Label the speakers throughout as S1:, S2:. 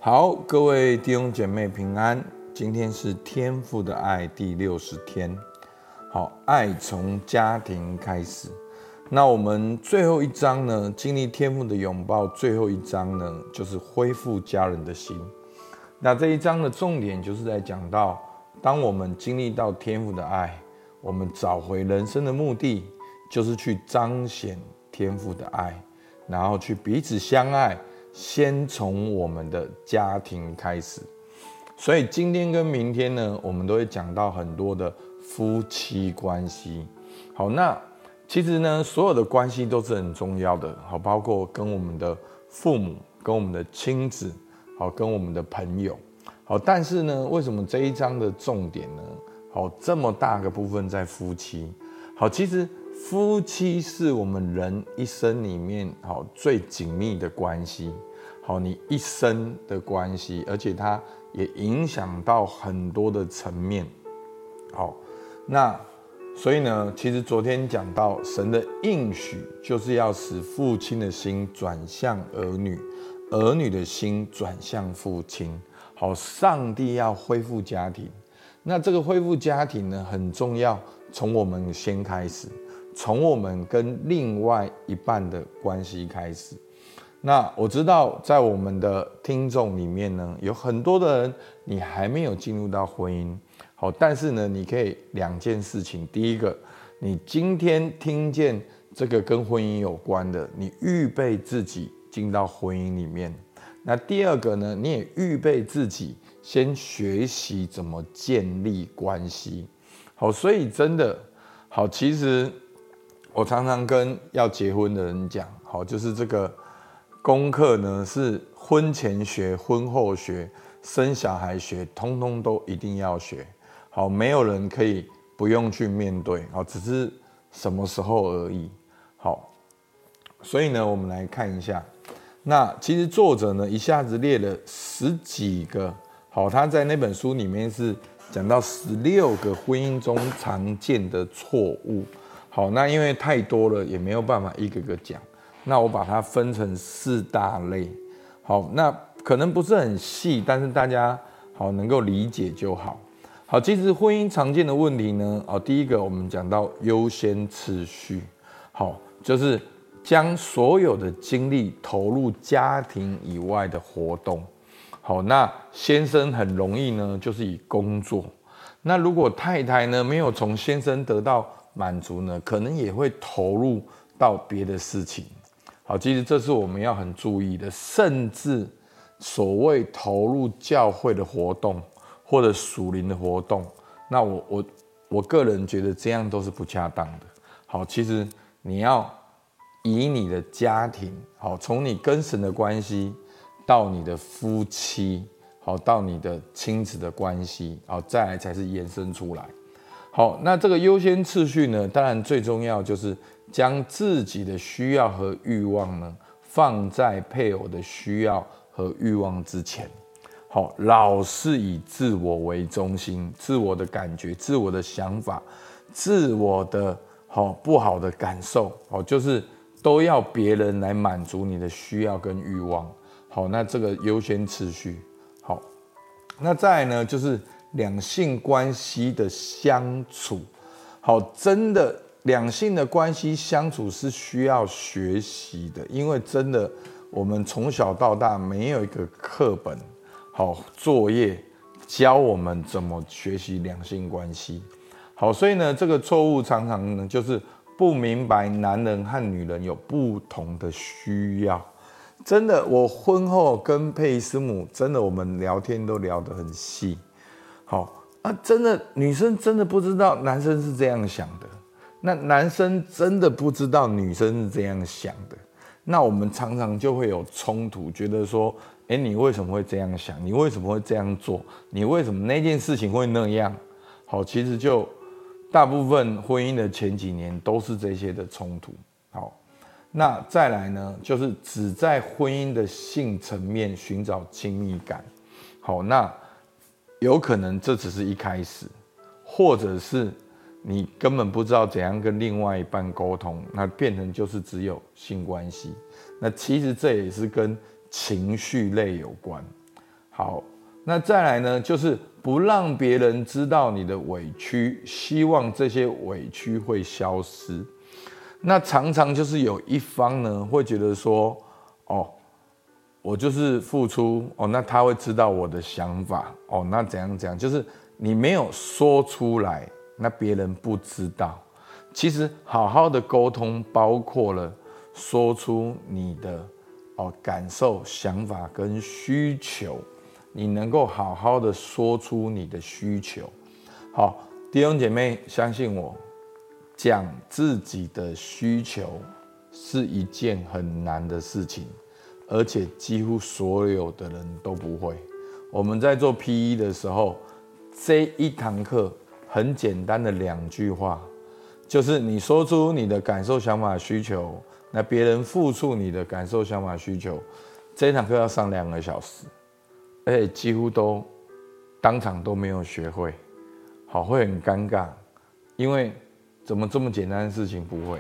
S1: 好，各位弟兄姐妹平安。今天是天父的爱第60天。好，爱从家庭开始。那我们最后一章呢，经历天父的拥抱，最后一章呢，就是恢复家人的心。那这一章的重点就是在讲到，当我们经历到天父的爱，我们找回人生的目的，就是去彰显天父的爱，然后去彼此相爱。先从我们的家庭开始，所以今天跟明天呢，我们都会讲到很多的夫妻关系。好，那其实呢，所有的关系都是很重要的，好，包括跟我们的父母、跟我们的亲子，好，跟我们的朋友，好，但是呢，为什么这一章的重点呢？好，这么大个部分在夫妻。好，其实夫妻是我们人一生里面好最紧密的关系，好，你一生的关系，而且它也影响到很多的层面。好，那所以呢，其实昨天讲到神的应许，就是要使父亲的心转向儿女，儿女的心转向父亲。好，上帝要恢复家庭，那这个恢复家庭呢，很重要，从我们先开始。从我们跟另外一半的关系开始。那我知道在我们的听众里面呢，有很多的人你还没有进入到婚姻。好，但是呢，你可以2件事情。第一个，你今天听见这个跟婚姻有关的，你预备自己进到婚姻里面。那第二个呢，你也预备自己先学习怎么建立关系。好，所以真的好，其实我常常跟要结婚的人讲，好，就是这个功课呢，是婚前学、婚后学、生小孩学，通通都一定要学。好，没有人可以不用去面对，好，只是什么时候而已。好，所以呢，我们来看一下。那其实作者呢，一下子列了10几个，好，他在那本书里面是讲到16个婚姻中常见的错误。好，那因为太多了，也没有办法一个个讲。那我把它分成4大类。好，那可能不是很细，但是大家好能够理解就好。好，其实婚姻常见的问题呢，第一个我们讲到优先次序。好，就是将所有的精力投入家庭以外的活动。好，那先生很容易呢，就是以工作。那如果太太呢，没有从先生得到满足呢，可能也会投入到别的事情。好，其实这是我们要很注意的，甚至所谓投入教会的活动或者属灵的活动，那我个人觉得这样都是不恰当的。好，其实你要以你的家庭，好，从你跟神的关系到你的夫妻，好，到你的亲子的关系，好，再来才是延伸出来。好，那这个优先次序呢，当然最重要就是将自己的需要和欲望呢，放在配偶的需要和欲望之前。好，老是以自我为中心，自我的感觉、自我的想法、自我的不好的感受，就是都要别人来满足你的需要跟欲望。好，那这个优先次序。好，那再来呢，就是两性关系的相处。好，真的两性的关系相处是需要学习的，因为真的我们从小到大没有一个课本好作业教我们怎么学习两性关系。好，所以呢，这个错误常常呢就是不明白男人和女人有不同的需要。真的，我婚后跟佩斯姆真的我们聊天都聊得很细。好啊，真的女生真的不知道男生是这样想的，那男生真的不知道女生是这样想的。那我们常常就会有冲突，觉得说，你为什么会这样想？你为什么会这样做？你为什么那件事情会那样？好，其实就大部分婚姻的前几年都是这些的冲突。好，那再来呢，就是只在婚姻的性层面寻找亲密感。好，那有可能这只是一开始，或者是你根本不知道怎样跟另外一半沟通，那变成就是只有性关系。那其实这也是跟情绪类有关。 好，那再来呢，就是不让别人知道你的委屈，希望这些委屈会消失。那常常就是有一方呢会觉得说，哦，我就是付出，哦，那他会知道我的想法，哦，那怎样怎样，就是你没有说出来，那别人不知道。其实好好的沟通，包括了说出你的感受、想法跟需求，你能够好好的说出你的需求。好，弟兄姐妹，相信我，讲自己的需求是一件很难的事情，而且几乎所有的人都不会。我们在做 PE 的时候，这一堂课很简单的2句话，就是你说出你的感受、想法、需求，那别人付出你的感受、想法、需求。这一堂课要上2个小时，而且几乎都当场都没有学会，好，会很尴尬，因为怎么这么简单的事情不会？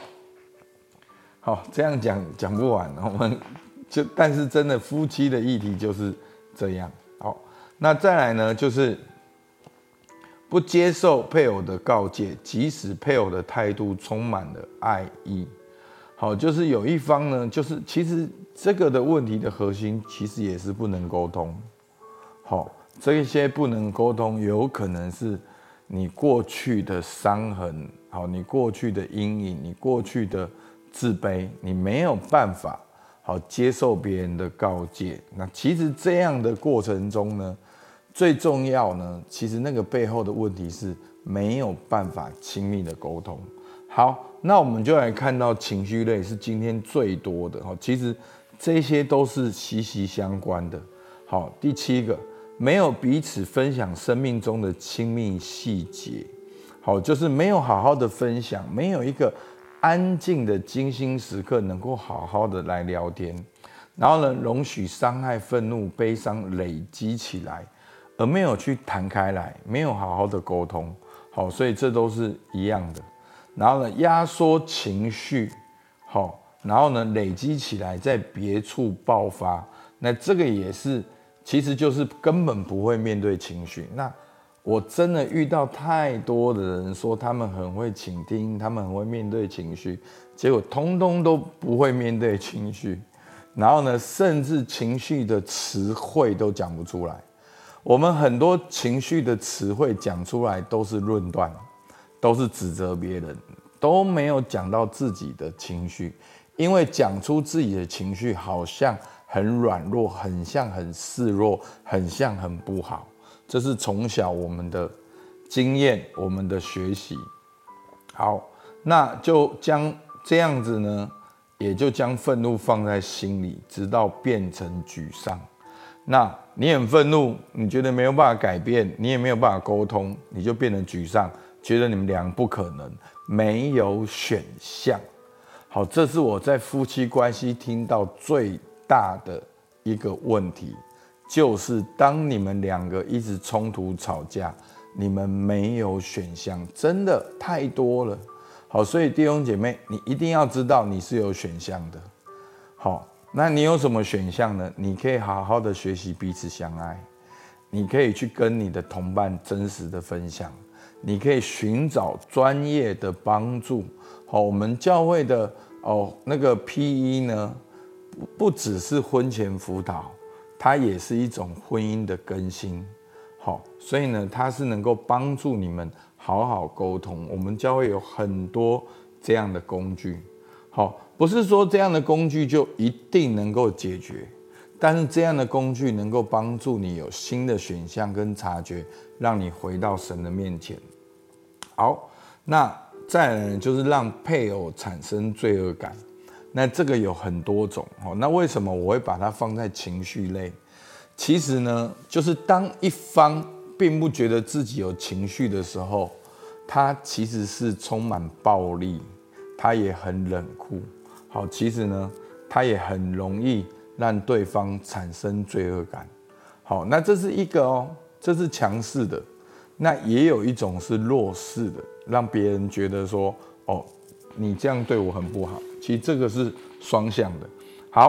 S1: 好，这样讲不完，我们但是真的夫妻的议题就是这样。好，那再来呢，就是不接受配偶的告诫，即使配偶的态度充满了爱意。好，就是有一方呢，就是其实这个的问题的核心，其实也是不能沟通。好，这些不能沟通，有可能是你过去的伤痕，好，你过去的阴影，你过去的自卑，你没有办法好接受别人的告诫。那其实这样的过程中呢，最重要呢，其实那个背后的问题是没有办法亲密的沟通。好，那我们就来看到情绪类是今天最多的，其实这些都是息息相关的。好，第7个，没有彼此分享生命中的亲密细节。好，就是没有好好的分享，没有一个安静的精心时刻能够好好的来聊天，然后呢，容许伤害、愤怒、悲伤累积起来，而没有去谈开来，没有好好的沟通。好，所以这都是一样的。然后呢，压缩情绪，好，然后呢，累积起来在别处爆发，那这个也是，其实就是根本不会面对情绪。那我真的遇到太多的人说他们很会倾听，他们很会面对情绪，结果通通都不会面对情绪，然后呢，甚至情绪的词汇都讲不出来。我们很多情绪的词汇讲出来都是论断，都是指责别人，都没有讲到自己的情绪，因为讲出自己的情绪好像很软弱，很像很示弱，很像很不好。这是从小我们的经验，我们的学习。好，那就将这样子呢，也就将愤怒放在心里，直到变成沮丧。那你很愤怒，你觉得没有办法改变，你也没有办法沟通，你就变成沮丧，觉得你们俩不可能，没有选项。好，这是我在夫妻关系听到最大的一个问题，就是当你们2个一直冲突吵架，你们没有选项，真的太多了。好，所以弟兄姐妹，你一定要知道你是有选项的。好，那你有什么选项呢？你可以好好的学习彼此相爱，你可以去跟你的同伴真实的分享，你可以寻找专业的帮助。好，我们教会的那个 PE 呢，不只是婚前辅导，它也是一种婚姻的更新。好，所以呢，它是能够帮助你们好好沟通。我们教会有很多这样的工具。好，不是说这样的工具就一定能够解决，但是这样的工具能够帮助你有新的选项跟察觉，让你回到神的面前。好，那再来就是让配偶产生罪恶感。那这个有很多种。那为什么我会把它放在情绪类？其实呢，就是当一方并不觉得自己有情绪的时候，他其实是充满暴力，他也很冷酷。好，其实呢，他也很容易让对方产生罪恶感。好，那这是一个这是强势的。那也有一种是弱势的，让别人觉得说，你这样对我很不好。其实这个是双向的。好，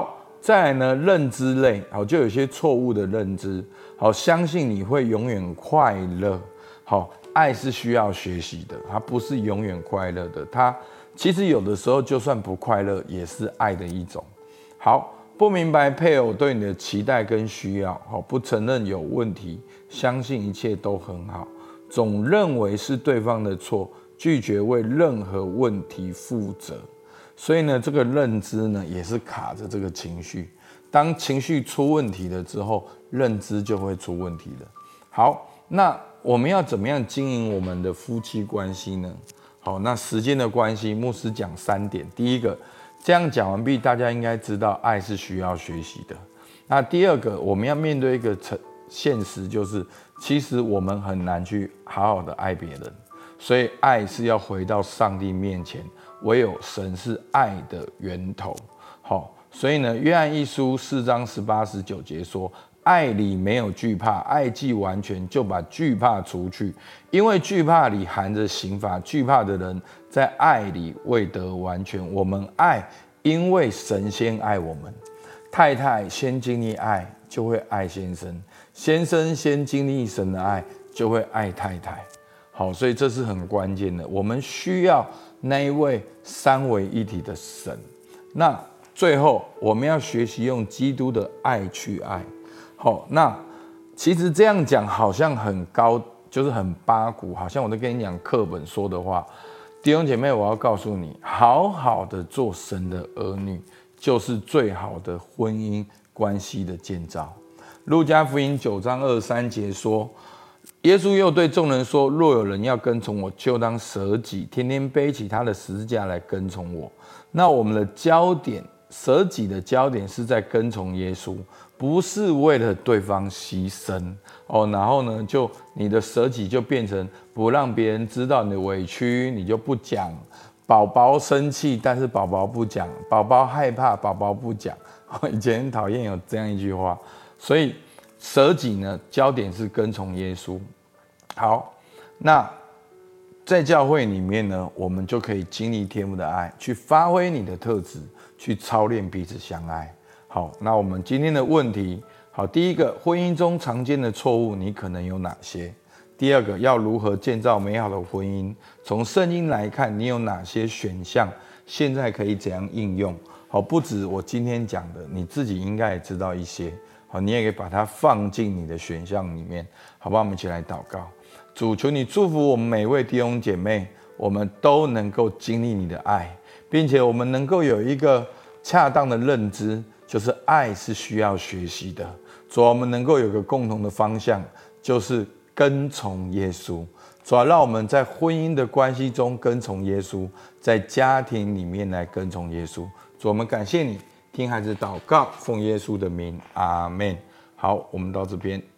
S1: 再来呢，认知类，好，就有些错误的认知，好，相信你会永远快乐，好，爱是需要学习的，它不是永远快乐的，它其实有的时候就算不快乐，也是爱的一种。好，不明白配偶对你的期待跟需要，好，不承认有问题，相信一切都很好，总认为是对方的错，拒绝为任何问题负责。所以呢，这个认知呢也是卡着这个情绪。当情绪出问题了之后，认知就会出问题了。好，那我们要怎么样经营我们的夫妻关系呢？好，那时间的关系，牧师讲3点。第一个，这样讲完毕，大家应该知道爱是需要学习的。那第二个，我们要面对一个现实，就是其实我们很难去好好的爱别人，所以爱是要回到上帝面前。唯有神是爱的源头，好，所以呢，约翰一书4章18、19节说：“爱里没有惧怕，爱既完全，就把惧怕除去，因为惧怕里含着刑罚。惧怕的人在爱里未得完全。我们爱，因为神先爱我们。太太先经历爱，就会爱先生；先生先经历神的爱，就会爱太太。好，所以这是很关键的，我们需要那一位三位一体的神。那最后我们要学习用基督的爱去爱。好，那其实这样讲好像很高，就是很八股，好像我在跟你讲课本说的话。弟兄姐妹，我要告诉你，好好的做神的儿女，就是最好的婚姻关系的建造。路加福音9章23节说，耶稣又对众人说：“若有人要跟从我，就当舍己，天天背起他的十字架来跟从我。”那我们的焦点，舍己的焦点是在跟从耶稣，不是为了对方牺牲哦。然后呢，就你的舍己就变成不让别人知道你的委屈，你就不讲。宝宝生气，但是宝宝不讲；宝宝害怕，宝宝不讲。以前很讨厌有这样一句话，所以舍己呢，焦点是跟从耶稣。好，那在教会里面呢，我们就可以经历天父的爱，去发挥你的特质，去操练彼此相爱。好，那我们今天的问题，好，第一个，婚姻中常见的错误，你可能有哪些？第二个，要如何建造美好的婚姻？从圣经来看，你有哪些选项？现在可以怎样应用？好，不止我今天讲的，你自己应该也知道一些。好，你也可以把它放进你的选项里面，好不好？我们一起来祷告。主，求你祝福我们每位弟兄姐妹，我们都能够经历你的爱，并且我们能够有一个恰当的认知，就是爱是需要学习的。主，我们能够有个共同的方向，就是跟从耶稣。主要让我们在婚姻的关系中跟从耶稣，在家庭里面来跟从耶稣。主，我们感谢你，听孩子祷告，奉耶稣的名，阿们。好，我们到这边。